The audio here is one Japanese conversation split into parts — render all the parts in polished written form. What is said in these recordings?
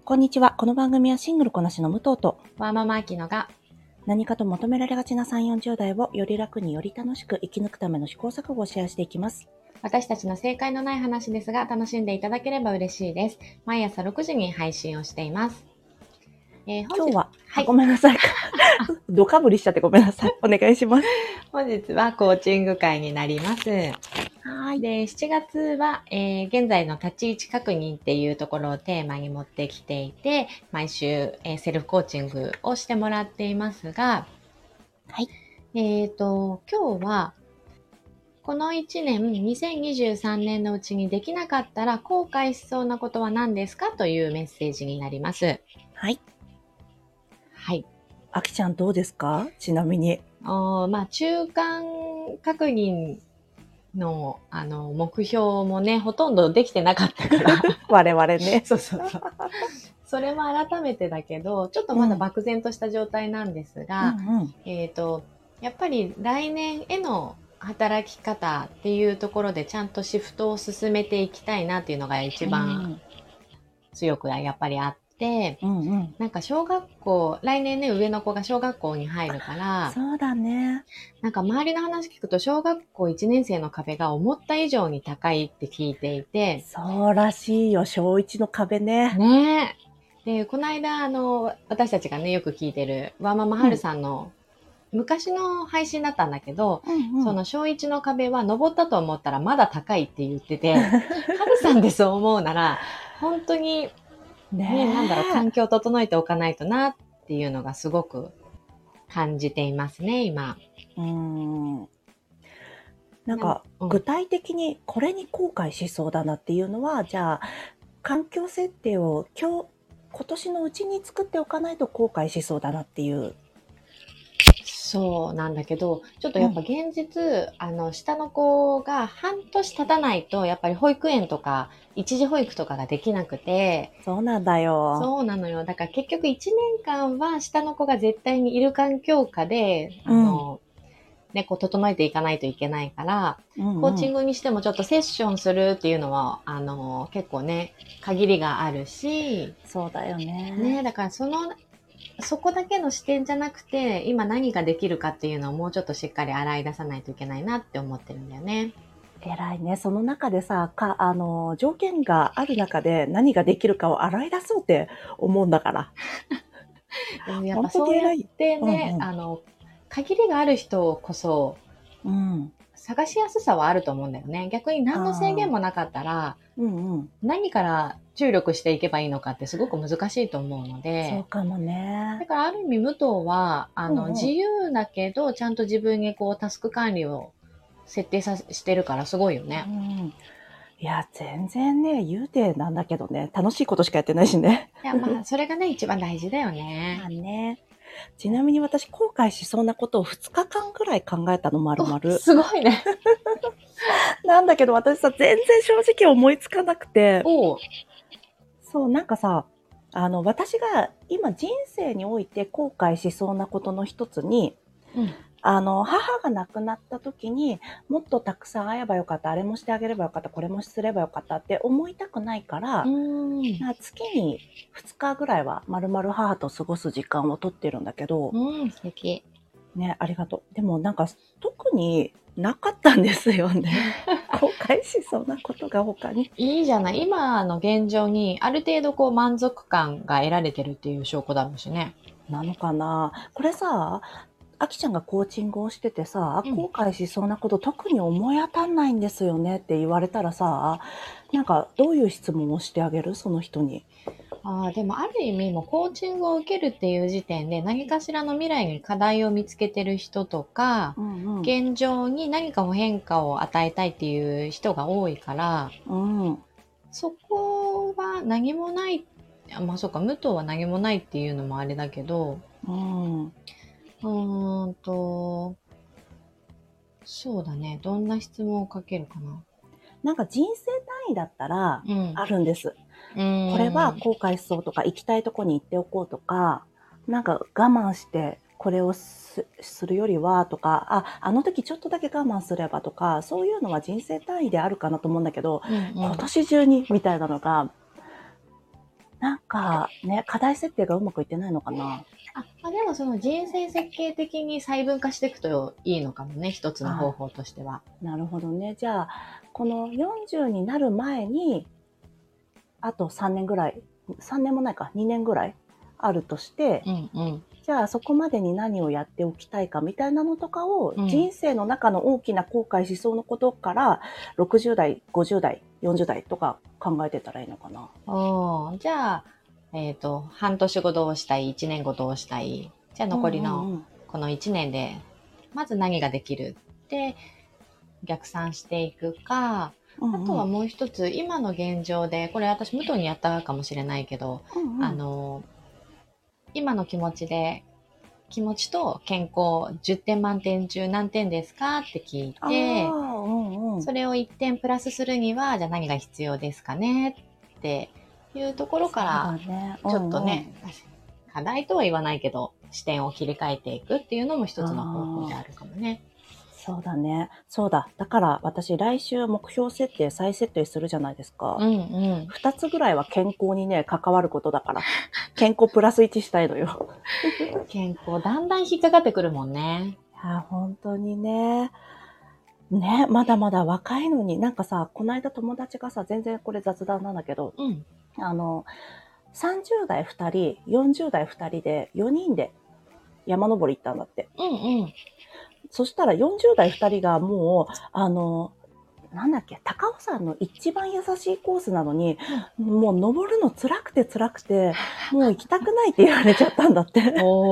こんにちは。この番組はシングルこなしの武藤とワーママアキノが何かと求められがちな3、40代をより楽により楽しく生き抜くための試行錯誤をシェアしていきます。 私たちの正解のない話ですが楽しんでいただければ嬉しいです。毎朝6時に配信をしています。 今日は、 はい、 ごめんなさい。ドかぶりしちゃってごめんなさい。お願いします。 本日はコーチング会になります。 はい。 で、7月は、現在の立ち位置確認っていうところをテーマに持ってきていて、毎週、セルフコーチングをしてもらっていますが、 はい。 今日はこの1年、2023年のうちにできなかったら後悔しそうなことは何ですかというメッセージになります。 はい。 はい。 あきちゃんどうですか？ちなみに。 中間確認の、目標もね、ほとんどできてなかったから。 我々ね。 そう。それも改めてだけど、ちょっとまだ漠然とした状態なんですが、やっぱり来年への働き方っていうところでちゃんとシフトを進めていきたいなっていうのが一番強くやっぱりあって、なんか小学校、来年ね、上の子が小学校に入るから、 そうだね。 なんか周りの話聞くと小学校1年生の壁が思った以上に高いって聞いていて、 そうらしいよ、小1の壁ね。 ねえ。で、この間、私たちがね、よく聞いてる、ワーママハルさんの、昔の配信だったんだけど、その小1の壁は登ったと思ったらまだ高いって言ってて、ハルさんでそう思うなら、本当に、環境を整えておかないとなっていうのがすごく感じていますね、今。 なんか、具体的にこれに後悔しそうだなっていうのは、じゃあ、環境設定を今年のうちに作っておかないと後悔しそうだなっていう。 そうなんだけど、ちょっとやっぱ現実、下の子が半年経たないと、やっぱり保育園とか、一時保育とかができなくて。 そうなんだよ。 そうなのよ。だから結局1年間は下の子が絶対にいる環境下で、こう整えていかないといけないから、コーチングにしてもちょっとセッションするっていうのは、結構ね、限りがあるし。 そうだよね。 だからそこだけの視点じゃなくて、今何ができるかっていうのをもうちょっとしっかり洗い出さないといけないなって思ってるんだよね。 偉いね。その中でさ、条件がある中で何ができるかを洗い出そうって思うんだから。 でもやっぱそうやってね、限りがある人こそ、探しやすさはあると思うんだよね。逆に何の制限もなかったら、何から注力していけばいいのかってすごく難しいと思うので。 そうかもね。 だからある意味武藤は、自由だけど、ちゃんと自分にこうタスク管理を設定してるからすごいよね。 いや、全然ね、言うてなんだけどね、楽しいことしかやってないしね。 いや、それがね、一番大事だよね。 ちなみに私、後悔しそうなことを2日間ぐらい考えたの、丸々。 すごいね。 なんだけど私さ、全然正直思いつかなくて。そう、なんかさ、私が今人生において後悔しそうなことの一つに、母が亡くなった時にもっとたくさん会えばよかった、あれもしてあげればよかった、これもすればよかったって思いたくないから、月に2日ぐらいは丸々母と過ごす時間を取ってるんだけど、 素敵。 ね、ありがとう。でもなんか特になかったんですよね。後悔しそうなことが他に。 いいじゃない。今の現状にある程度こう満足感が得られてるっていう証拠だろうしね。 なのかな。これさ、あきちゃんがコーチングをしててさ、後悔しそうなこと特に思い当たんないんですよねって言われたらさ、なんかどういう質問をしてあげる？その人に。 でもある意味もコーチングを受けるっていう時点で何かしらの未来に課題を見つけてる人とか、現状に何か変化を与えたいっていう人が多いから、そこは何もない、そうか、武藤は何もないっていうのもあれだけど、そうだね。どんな質問をかけるかな。 なんか人生単位だったらあるんです。これは後悔しそうとか、行きたいとこに行っておこうとか、なんか我慢してこれをするよりはとか、あの時ちょっとだけ我慢すればとか、そういうのは人生単位であるかなと思うんだけど、今年中にみたいなのがなんかね、課題設定がうまくいってないのかな。 でもその人生設計的に細分化していくといいのかもね、一つの方法としては。 なるほどね。じゃあ、この40になる前に、あと3年ぐらい、3年もないか、2年ぐらいあるとして、じゃあそこまでに何をやっておきたいかみたいなのとかを、人生の中の大きな後悔しそうなことから60代、50代、40代とか考えてたらいいのかな。 じゃあ、半年後どうしたい、1年後どうしたい。じゃあ残りのこの1年で、まず何ができるって逆算していくか、あとはもう一つ、今の現状で、これ私無糖にやったかもしれないけど、今の気持ちと健康10点満点中何点ですかって聞いて、それを1点プラスするには、じゃあ何が必要ですかねっていうところから、ちょっとね、課題とは言わないけど、視点を切り替えていくっていうのも一つの方法であるかもね。 そうだね。そうだ。だから私来週目標設定再設定するじゃないですか。2つぐらいは健康にね、関わることだから。健康プラス1したいのよ。 健康だんだん引っかかってくるもんね。 いや、本当にね。ね、まだまだ若いのに、なんかさ、この間友達がさ、全然これ雑談なんだけど、30代2人、40代2人で4人で山登り行ったんだって。そしたら40代2人がもう、なんだっけ、高尾山の一番優しいコースなのに、もう登るの辛くて、もう行きたくないって言われちゃったんだって。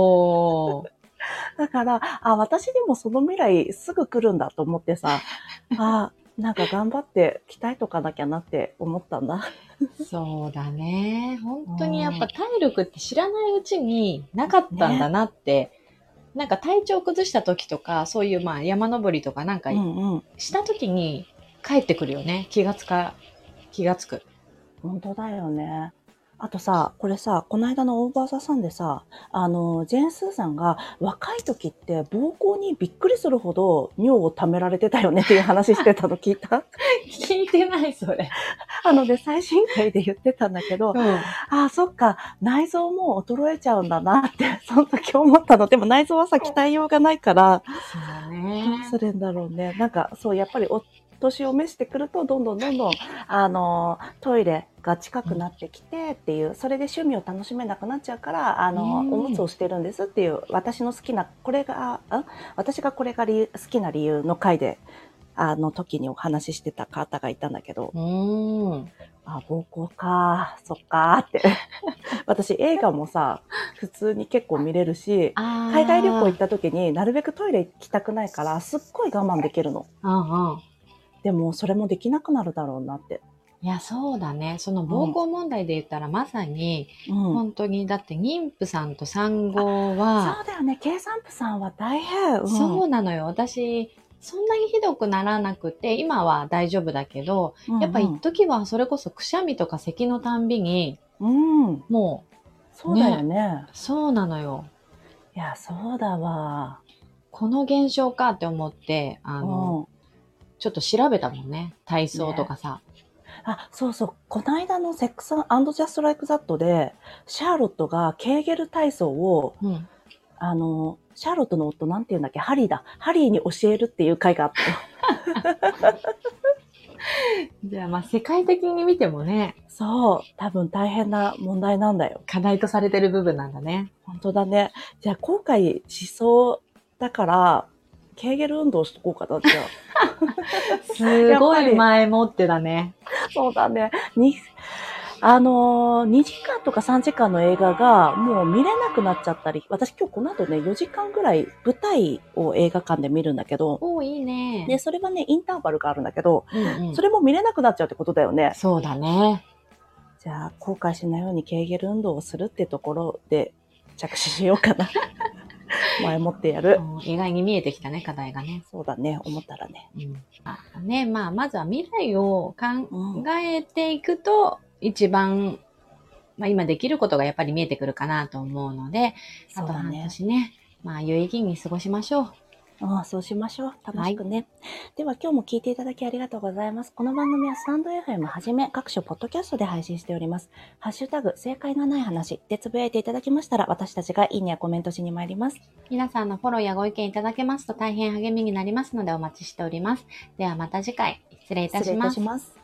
だから、私にもその未来すぐ来るんだと思ってさ、なんか頑張って鍛えとかなきゃなって思ったんだ。 そうだね。本当にやっぱ体力って知らないうちになかったんだなって、なんか体調崩した時とか、そういう山登りとかなんかした時に帰ってくるよね。気がつく。 本当だよね。あとさ、これさ、この間のオーバーザさんでさ、ジェーン・スーさんが若い時って膀胱にびっくりするほど尿を溜められてたよねっていう話してたの聞いた？ 聞いてない、それ。 で、最新回で言ってたんだけど、そっか、内臓も衰えちゃうんだなって、その時思ったの。でも内臓はさ、鍛えようがないから、 そうね。 どうするんだろうね。なんか、そう、やっぱり年を召してくると、どんどん、トイレが近くなってきてっていう、それで趣味を楽しめなくなっちゃうから、おむつをしてるんですっていう、私がこれが好きな理由の回で、時にお話ししてた方がいたんだけど、膀胱か、そっかーって。私映画もさ、普通に結構見れるし、海外旅行行った時になるべくトイレ行きたくないから、すっごい我慢できるの。でもそれもできなくなるだろうなって。 いや、そうだね。その膀胱問題で言ったらまさに、本当に、だって妊婦さんと産後は、 そうだよね。経産婦さんは大変。 そうなのよ。私、そんなにひどくならなくて、今は大丈夫だけど、やっぱ一時はそれこそくしゃみとか咳のたんびに、もう、 そうだよね。 そうなのよ。 いや、そうだわ。 この現象かって思って、ちょっと調べたもんね。体操とかさ。 そうそう。この間のセックス&ジャストライクザットで、シャーロットがケーゲル体操を、シャーロットの夫なんて言うんだっけ、ハリーに教えるっていう回があった。 じゃあ世界的に見てもね。 そう。多分大変な問題なんだよ。 課題とされてる部分なんだね。 本当だね。じゃあ後悔しそうだから、ケーゲル運動しとこうかな、じゃあ。すごい前もってだね。 そうだね。2時間とか3時間の映画がもう見れなくなっちゃったり、私今日この後ね、4時間ぐらい舞台を映画館で見るんだけど、 いいね。 で、それはね、インターバルがあるんだけど、それも見れなくなっちゃうってことだよね。 そうだね。 じゃあ、後悔しないようにケーゲル運動をするってところで着手しようかな。前もってやる。 意外に見えてきたね、課題がね。 そうだね、思ったらね。 まずは未来を考えていくと、一番、今できることがやっぱり見えてくるかなと思うので、あと半年ね、有意義に過ごしましょう。 ああ、そうしましょう。楽しくね。はい、では今日も聞いていただきありがとうございます。この番組はスタンド FM はじめ各種ポッドキャストで配信しております。ハッシュタグ正解のない話でつぶやいていただきましたら、私たちがいいねやコメントしに参ります。 皆さんのフォローやご意見いただけますと大変励みになりますのでお待ちしております。ではまた次回失礼いたします。